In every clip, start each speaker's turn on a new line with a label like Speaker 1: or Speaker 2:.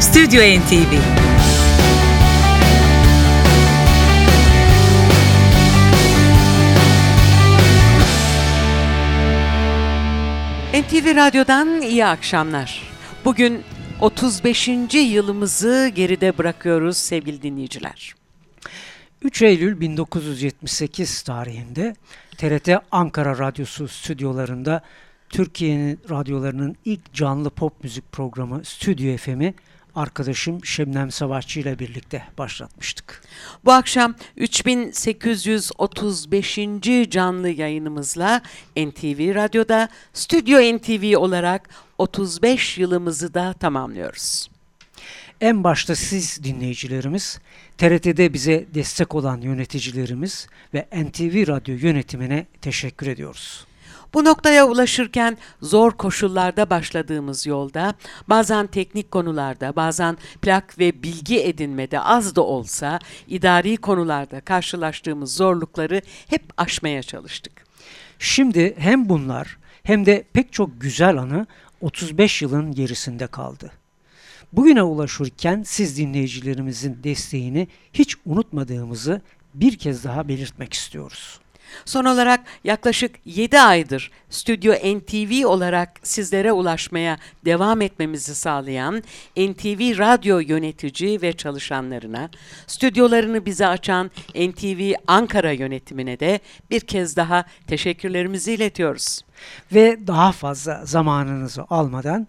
Speaker 1: Stüdyo NTV. NTV Radyo'dan iyi akşamlar. Bugün 35. yılımızı geride bırakıyoruz sevgili dinleyiciler.
Speaker 2: 3 Eylül 1978 tarihinde TRT Ankara Radyosu stüdyolarında Türkiye'nin radyolarının ilk canlı pop müzik programı Stüdyo FM'i arkadaşım Şebnem Savaşçı ile birlikte başlatmıştık.
Speaker 1: Bu akşam 3835. canlı yayınımızla NTV Radyo'da Stüdyo NTV olarak 35 yılımızı da tamamlıyoruz.
Speaker 2: En başta siz dinleyicilerimiz, TRT'de bize destek olan yöneticilerimiz ve NTV Radyo yönetimine teşekkür ediyoruz.
Speaker 1: Bu noktaya ulaşırken zor koşullarda başladığımız yolda, bazen teknik konularda, bazen plak ve bilgi edinmede az da olsa idari konularda karşılaştığımız zorlukları hep aşmaya çalıştık.
Speaker 2: Şimdi hem bunlar hem de pek çok güzel anı 35 yılın gerisinde kaldı. Bugüne ulaşırken siz dinleyicilerimizin desteğini hiç unutmadığımızı bir kez daha belirtmek istiyoruz.
Speaker 1: Son olarak yaklaşık 7 aydır Stüdyo NTV olarak sizlere ulaşmaya devam etmemizi sağlayan NTV Radyo yönetici ve çalışanlarına, stüdyolarını bize açan NTV Ankara yönetimine de bir kez daha teşekkürlerimizi iletiyoruz.
Speaker 2: Ve daha fazla zamanınızı almadan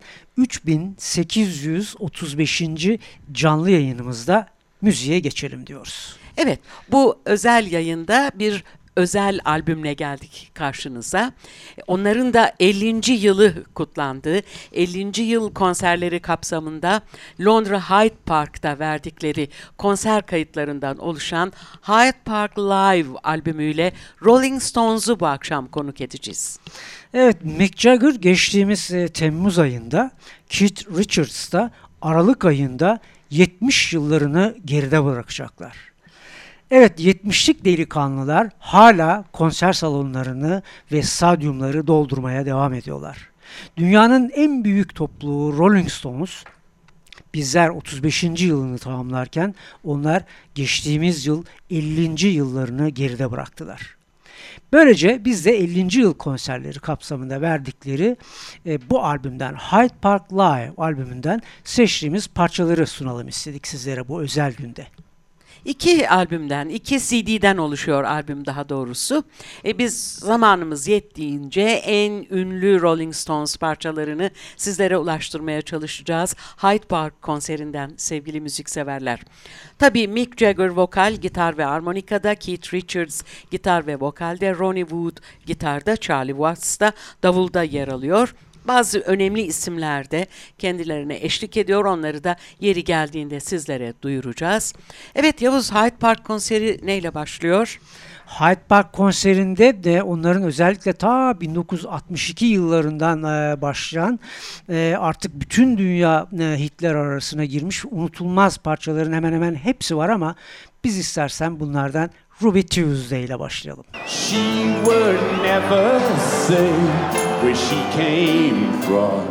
Speaker 2: 3835. canlı yayınımızda müziğe geçelim diyoruz.
Speaker 1: Evet, bu özel yayında bir özel albümle geldik karşınıza. Onların da 50. yılı kutlandı. 50. yıl konserleri kapsamında Londra Hyde Park'ta verdikleri konser kayıtlarından oluşan Hyde Park Live albümüyle Rolling Stones'u bu akşam konuk edeceğiz.
Speaker 2: Evet, Mick Jagger geçtiğimiz Temmuz ayında, Keith Richards da Aralık ayında 70 yıllarını geride bırakacaklar. Evet, 70'lik delikanlılar hala konser salonlarını ve stadyumları doldurmaya devam ediyorlar. Dünyanın en büyük topluluğu Rolling Stones, bizler 35. yılını tamamlarken onlar geçtiğimiz yıl 50. yıllarını geride bıraktılar. Böylece biz de 50. yıl konserleri kapsamında verdikleri bu albümden, Hyde Park Live albümünden seçtiğimiz parçaları sunalım istedik sizlere bu özel günde.
Speaker 1: 2 albümden, 2 CD'den oluşuyor albüm daha doğrusu. Biz zamanımız yettiğince en ünlü Rolling Stones parçalarını sizlere ulaştırmaya çalışacağız. Hyde Park konserinden sevgili müzikseverler. Tabii Mick Jagger vokal, gitar ve armonikada, Keith Richards gitar ve vokalde, Ronnie Wood gitarda, Charlie Watts da davulda yer alıyor. Bazı önemli isimler de kendilerine eşlik ediyor. Onları da yeri geldiğinde sizlere duyuracağız. Evet Yavuz, Hyde Park konseri neyle başlıyor?
Speaker 2: Hyde Park konserinde de onların özellikle ta 1962 yıllarından başlayan artık bütün dünya hitler arasına girmiş unutulmaz parçaların hemen hemen hepsi var ama biz istersen bunlardan Ruby Tuesday ile başlayalım.
Speaker 3: She would never say where she came from,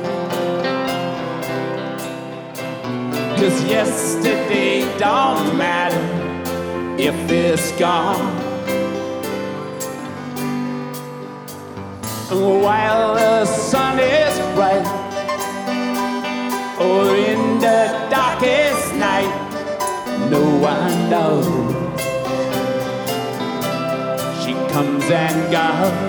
Speaker 3: 'cause yesterday don't matter if it's gone. While the sun is bright, or in the darkest night, no one knows. She comes and goes.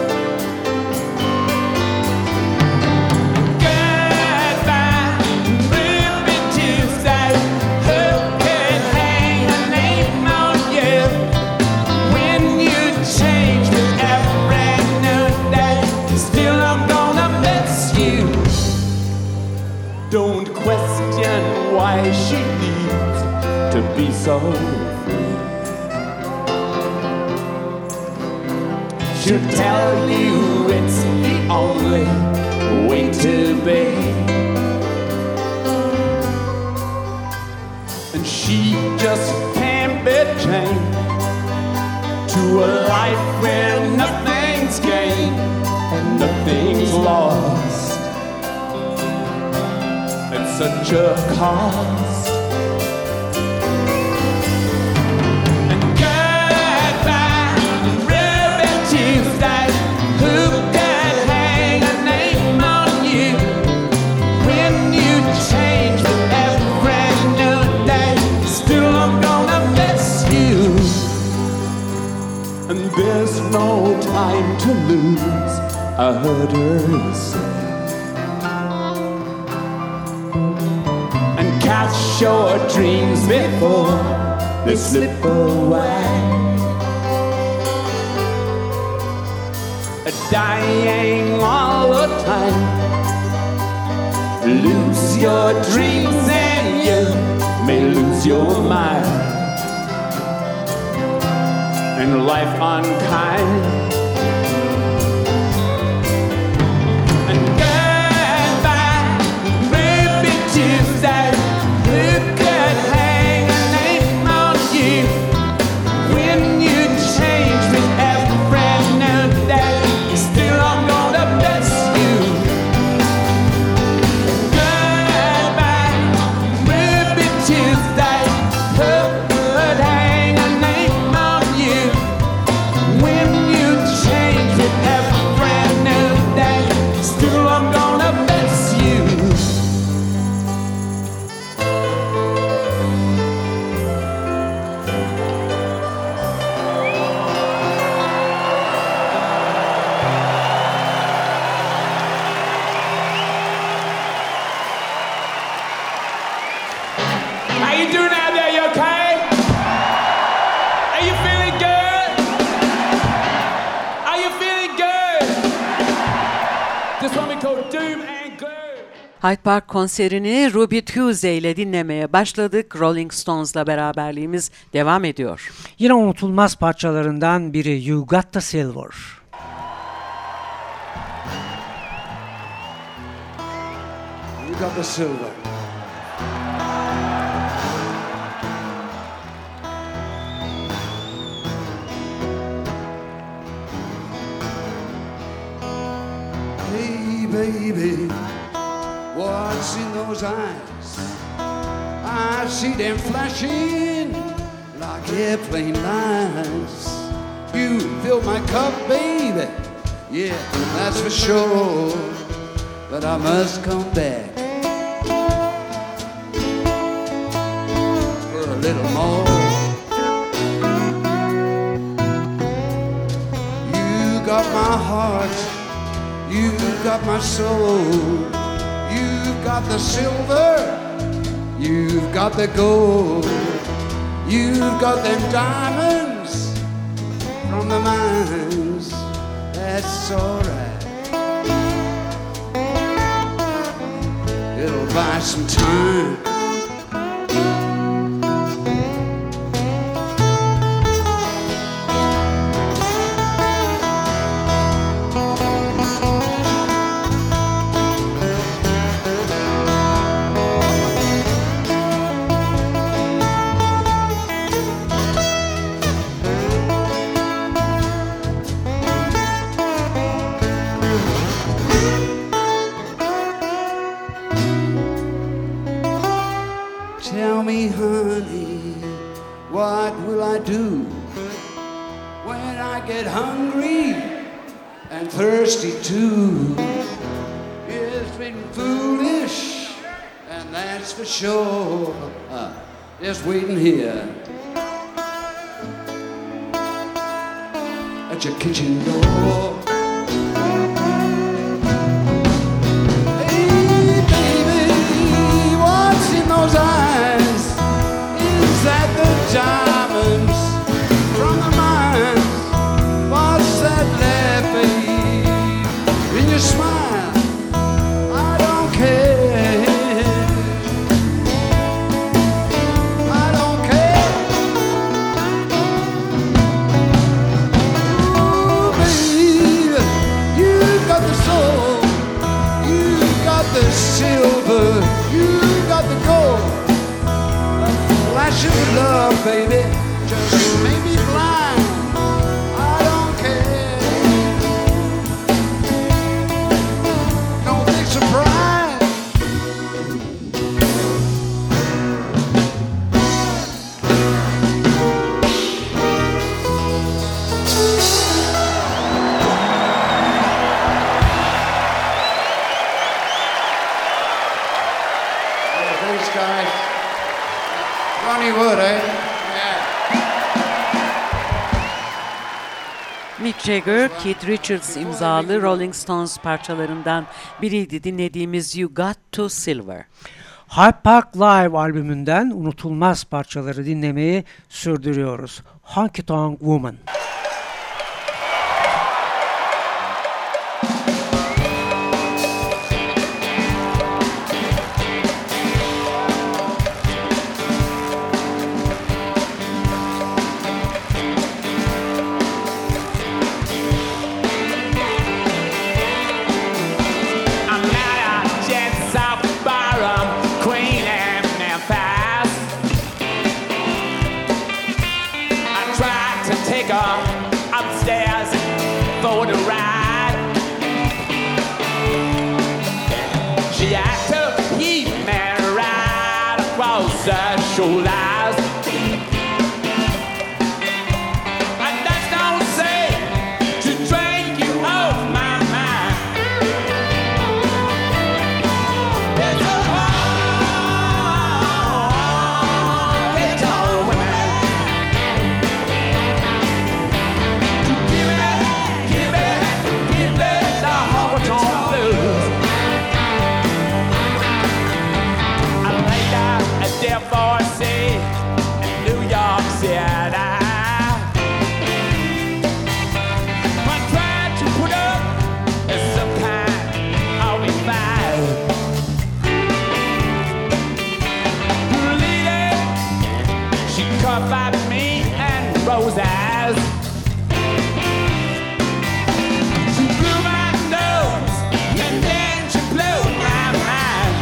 Speaker 3: Don't question why she needs to be so free. She'll tell you it's the only way to be. And she just can't be chained to a life where nothing's gained and nothing's lost. such a cost. And goodbye, Ruby Tuesday. Who could hang a name on you when you change with every new day? Still, I'm gonna miss you. And there's no time to lose, I heard her say. And catch your dreams before they slip away. Dying all the time. Lose your dreams and you may lose your mind. And life unkind. And goodbye, Ruby Tuesday. Who could hang a name on you when you change with every new day? Still, I'm gonna miss you. Goodbye, Ruby Tuesday. Who could hang a name on you when you change with every new day? Still, I'm gonna miss you. How you doing out there? You okay? Are you feeling good? Are you feeling good? This one we call Doom and Gloom.
Speaker 1: Hyde Park konserini Ruby Tuesday ile dinlemeye başladık. Rolling Stones'la beraberliğimiz devam ediyor.
Speaker 2: Yine unutulmaz parçalarından biri You Got the Silver.
Speaker 4: You got the silver. Hey, baby, what's in those eyes? I see them flashing like airplane lights. You fill my cup, baby. Yeah, that's for sure. But I must come back for a little more. You got my heart, you got my soul, you've got the silver, you've got the gold, you've got them diamonds from the mines. That's alright. It'll buy some time. Tell me, honey, what will I do when I get hungry and thirsty too? It's been foolish, and that's for sure. Just waiting here at your kitchen door. Hey, baby, what's in those eyes? Is that the diamonds from the mines? What's that left, babe, in your smile? I don't care. I don't care. Ooh, baby, you got the soul, you got the silver, you got the gold. Flash of love, baby, just make me blind. I don't care. No big surprise. Thanks, guys. Ronnie Wood, eh? Yeah.
Speaker 1: Mick Jagger, Keith Richards imzalı Rolling Stones parçalarından biriydi dinlediğimiz You Got to Silver.
Speaker 2: Hyde Park Live albümünden unutulmaz parçaları dinlemeyi sürdürüyoruz. Honky Tonk Woman.
Speaker 3: Upstairs for the ride. She had to keep me right across her shoulders. And that's don't say to drink you off my mind. It's a honky tonk woman. Therefore, say in New York City, I'm trying to put up some kind of fight. The lady, she covered me and roses. She blew my nose and then she blew my mind.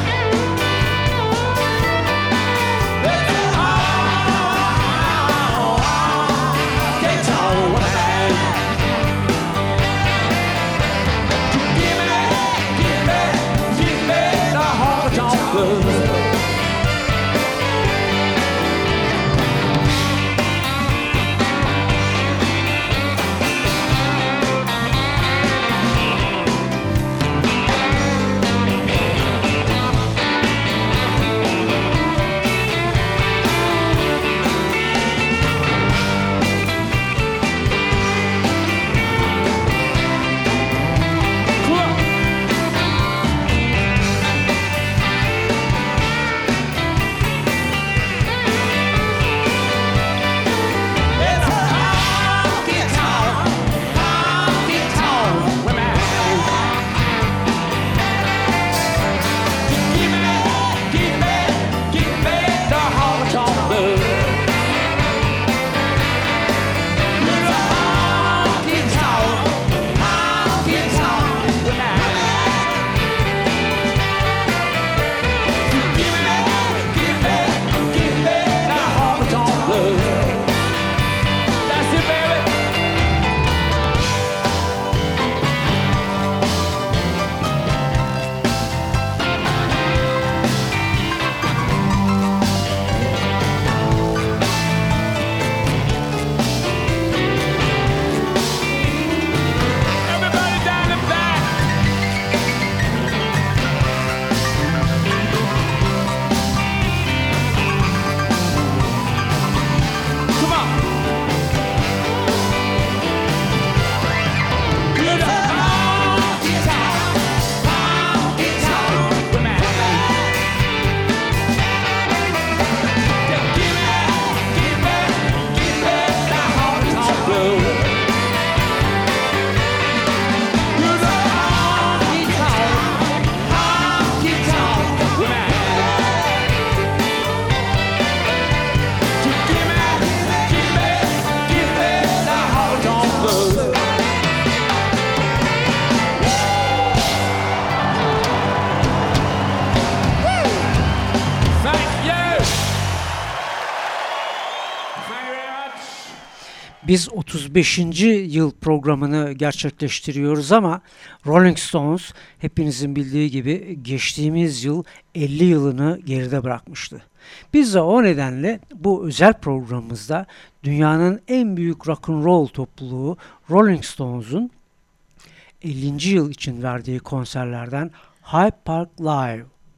Speaker 2: Biz 35. yıl programını gerçekleştiriyoruz ama Rolling Stones hepinizin bildiği gibi geçtiğimiz yıl 50 yılını geride bırakmıştı. Biz de o nedenle bu özel programımızda dünyanın en büyük rock'n'roll topluluğu Rolling Stones'un 50. yıl için verdiği konserlerden Hyde Park Live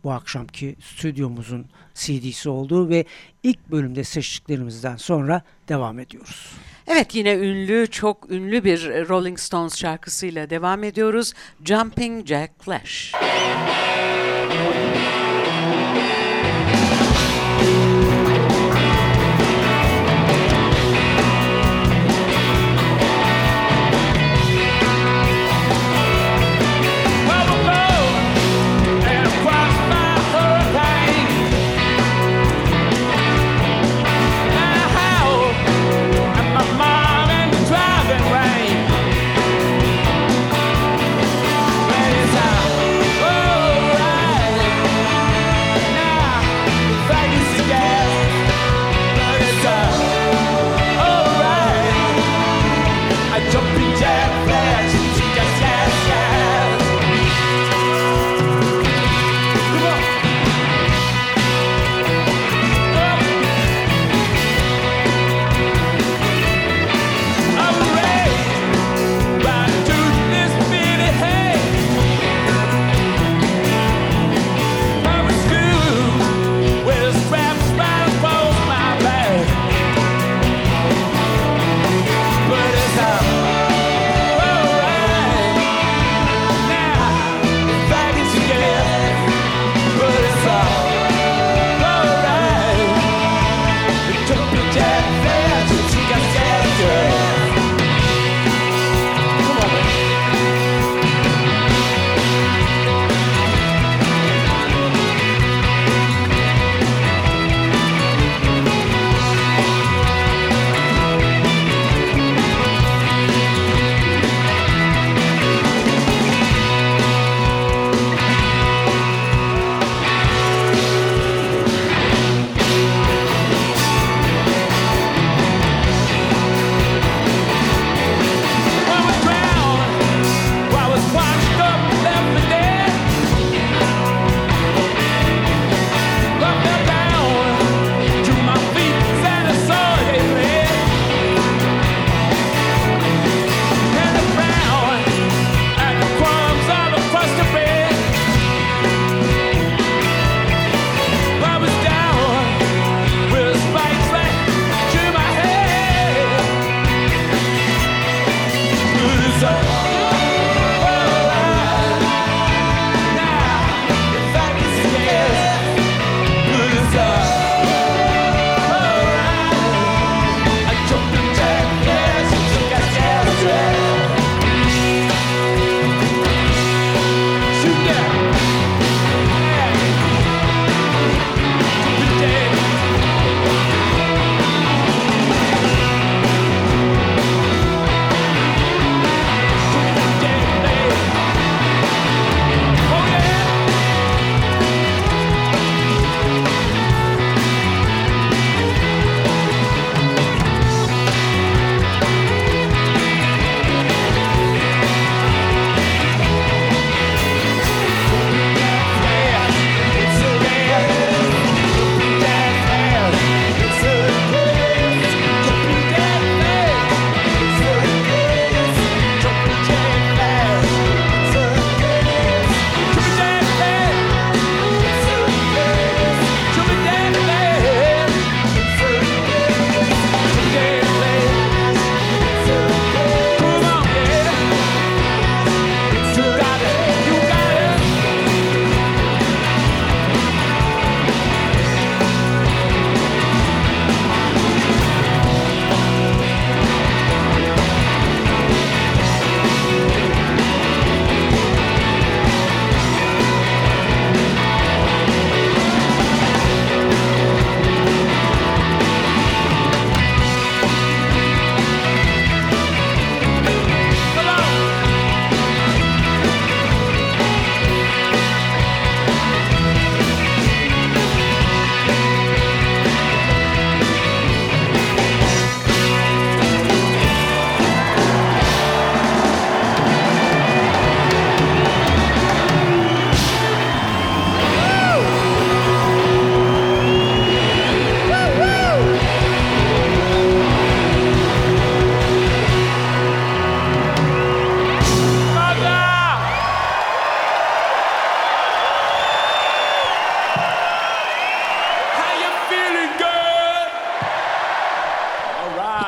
Speaker 2: bu akşamki stüdyomuzun CD'si oldu ve ilk bölümde seçtiklerimizden sonra devam ediyoruz.
Speaker 1: Evet, yine ünlü, çok ünlü bir Rolling Stones şarkısıyla devam ediyoruz. Jumping Jack Flash.
Speaker 3: Oh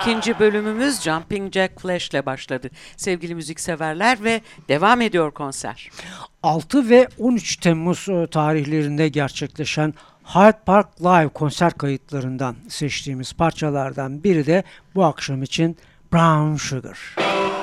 Speaker 1: İkinci bölümümüz Jumping Jack Flash ile başladı. Sevgili müzikseverler ve devam ediyor konser.
Speaker 2: 6 ve 13 Temmuz tarihlerinde gerçekleşen Hyde Park Live konser kayıtlarından seçtiğimiz parçalardan biri de bu akşam için Brown Sugar.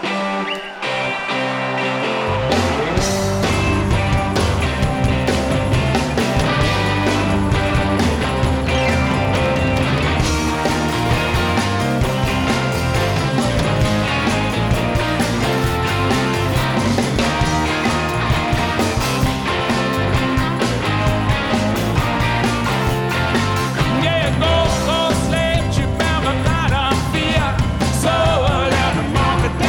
Speaker 3: Yeah, go, go, slave, you found a lot of fear. So let the market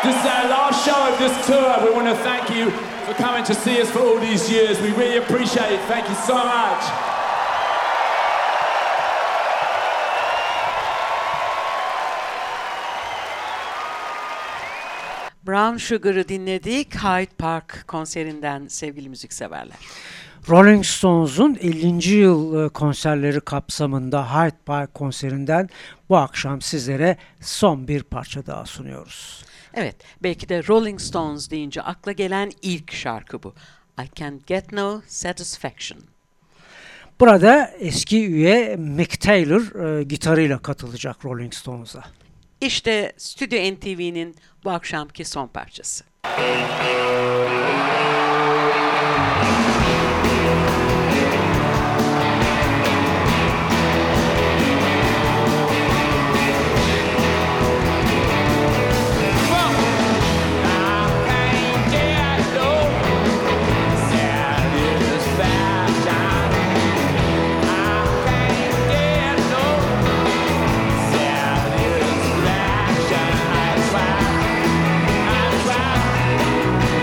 Speaker 3: this is our last show of this tour. We want to thank you for coming to see us for all these years. We really appreciate it. Thank you so much.
Speaker 1: Brown Sugar'ı dinledik Hyde Park konserinden sevgili müzikseverler.
Speaker 2: Rolling Stones'un 50. yıl konserleri kapsamında Hyde Park konserinden bu akşam sizlere son bir parça daha sunuyoruz.
Speaker 1: Evet, belki de Rolling Stones deyince akla gelen ilk şarkı bu. I Can't Get No Satisfaction.
Speaker 2: Burada eski üye Mick Taylor gitarıyla katılacak Rolling Stones'a.
Speaker 1: İşte Stüdyo NTV'nin bu akşamki son parçası.
Speaker 3: I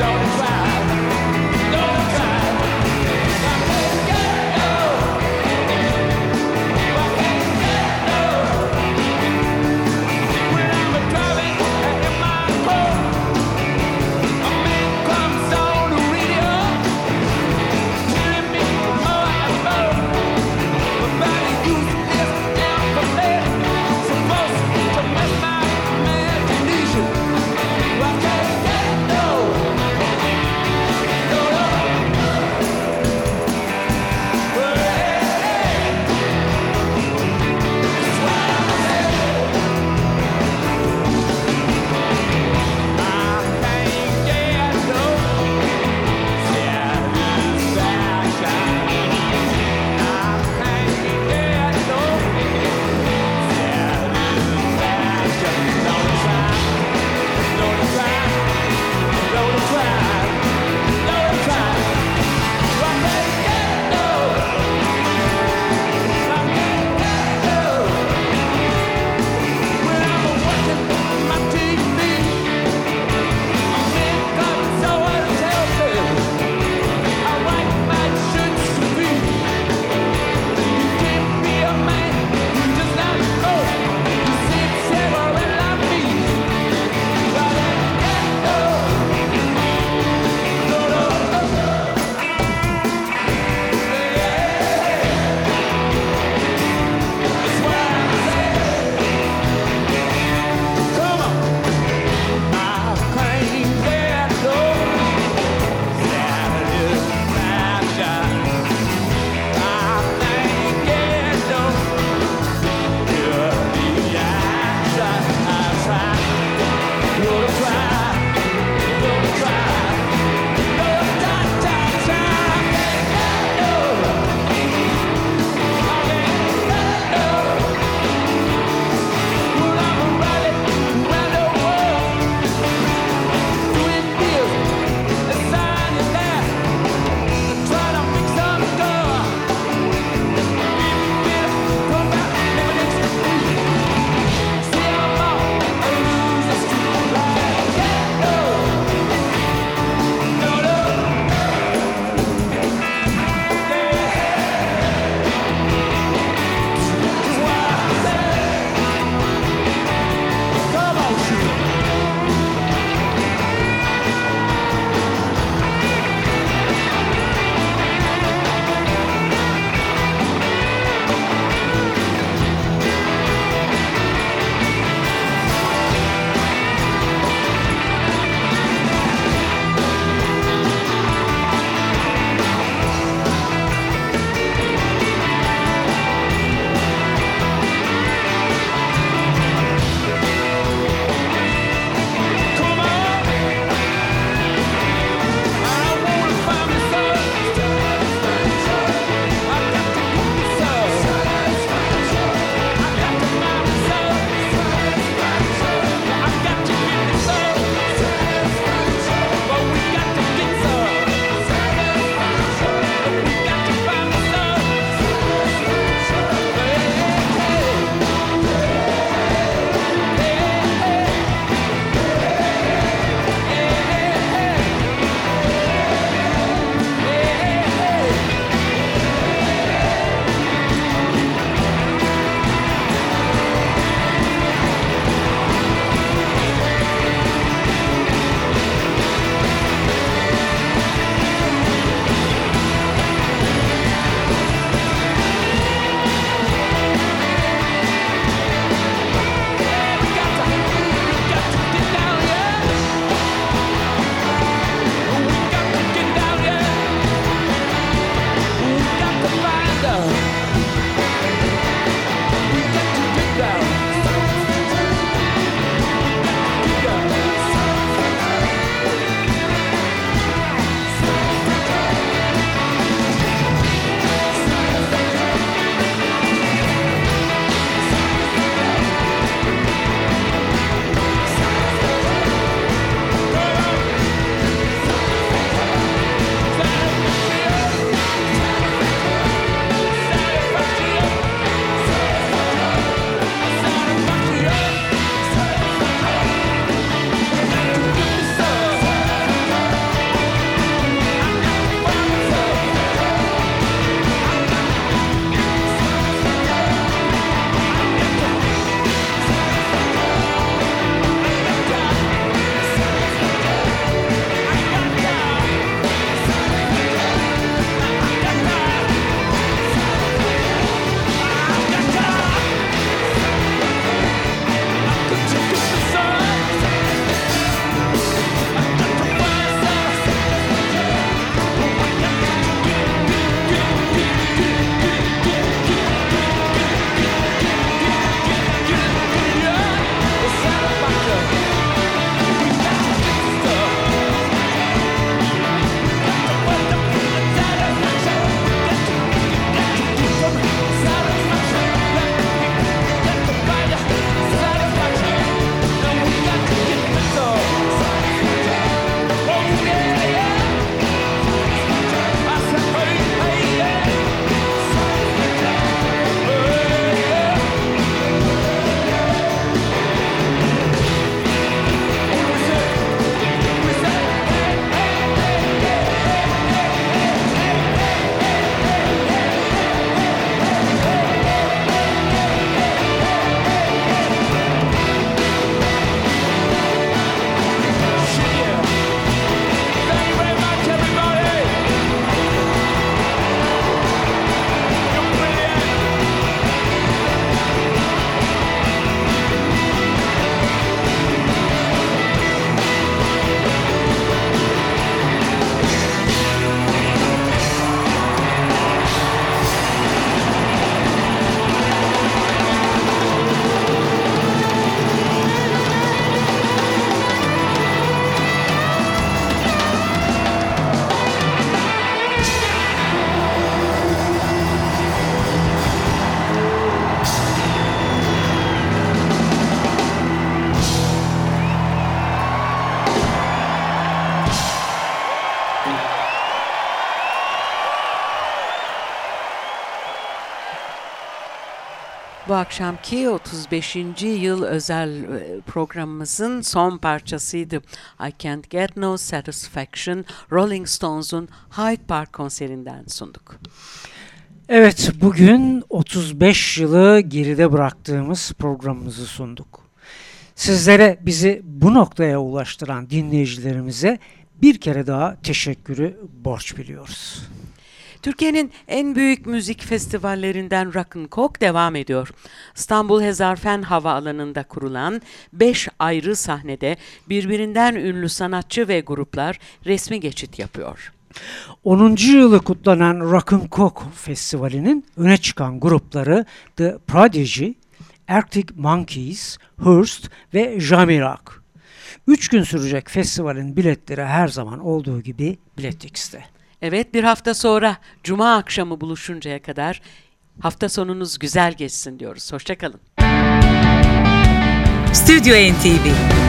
Speaker 1: Bu akşamki 35. yıl özel programımızın son parçasıydı. I Can't Get No Satisfaction, Rolling Stones'un Hyde Park konserinden sunduk.
Speaker 2: Evet, bugün 35 yılı geride bıraktığımız programımızı sunduk. Sizlere bizi bu noktaya ulaştıran dinleyicilerimize bir kere daha teşekkürü borç biliyoruz.
Speaker 1: Türkiye'nin en büyük müzik festivallerinden Rock'n'Coke devam ediyor. İstanbul Hezarfen Havaalanı'nda kurulan 5 ayrı sahnede birbirinden ünlü sanatçı ve gruplar resmi geçit yapıyor.
Speaker 2: 10. yılı kutlanan Rock'n'Coke Festivali'nin öne çıkan grupları The Prodigy, Arctic Monkeys, Hearst ve Jamiroquai. 3 gün sürecek festivalin biletleri her zaman olduğu gibi Biletix'te.
Speaker 1: Evet, bir hafta sonra Cuma akşamı buluşuncaya kadar hafta sonunuz güzel geçsin diyoruz. Hoşça kalın.
Speaker 5: Stüdyo NTV